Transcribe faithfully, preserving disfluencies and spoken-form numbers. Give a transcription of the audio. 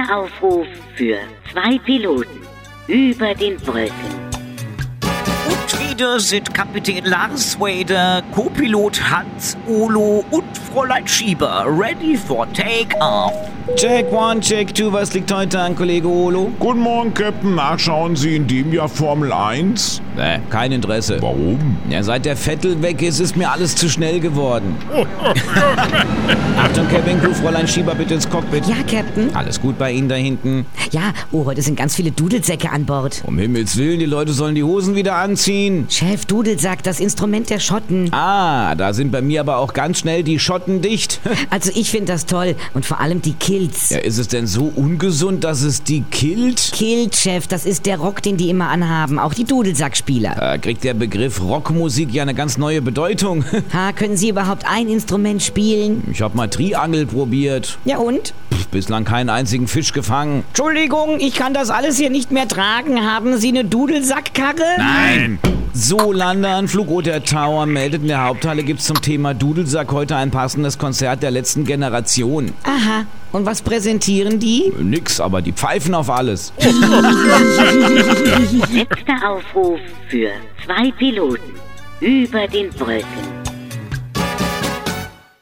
Letzter Aufruf für zwei Piloten über den Brücken. Und wieder sind Kapitän Lars Wader, Co-Pilot Hans Olo und Fräulein Schieber ready for take-off. Check one, check two, was liegt heute an, Kollege Olo? Guten Morgen, Captain. Na, schauen Sie in dem Jahr Formel eins? Nee, kein Interesse. Warum? Ja, seit der Vettel weg ist, ist mir alles zu schnell geworden. Achtung, Cabin Crew, Fräulein Schieber, bitte ins Cockpit. Ja, Captain. Alles gut bei Ihnen da hinten? Ja, oh, heute sind ganz viele Dudelsäcke an Bord. Um Himmels Willen, die Leute sollen die Hosen wieder anziehen. Chef, Dudelsack, das Instrument der Schotten. Ah, da sind bei mir aber auch ganz schnell die Schotten dicht. Also ich finde das toll und vor allem die Kills. Ja, ist es denn so ungesund, dass es die killt? Killt, Chef, das ist der Rock, den die immer anhaben, auch die Dudelsackspieler. Da kriegt der Begriff Rockmusik ja eine ganz neue Bedeutung. Ha, können Sie überhaupt ein Instrument spielen? Ich hab mal Triangel probiert. Ja und? Pff, bislang keinen einzigen Fisch gefangen. Entschuldigung, ich kann das alles hier nicht mehr tragen. Haben Sie eine Dudelsackkarre? Nein! So, Lander an Flugoter Tower meldet, in der Haupthalle gibt's zum Thema Dudelsack heute ein passendes Konzert der letzten Generation. Aha, und was präsentieren die? Nix, aber die pfeifen auf alles. Letzter Aufruf für zwei Piloten über den Brücken.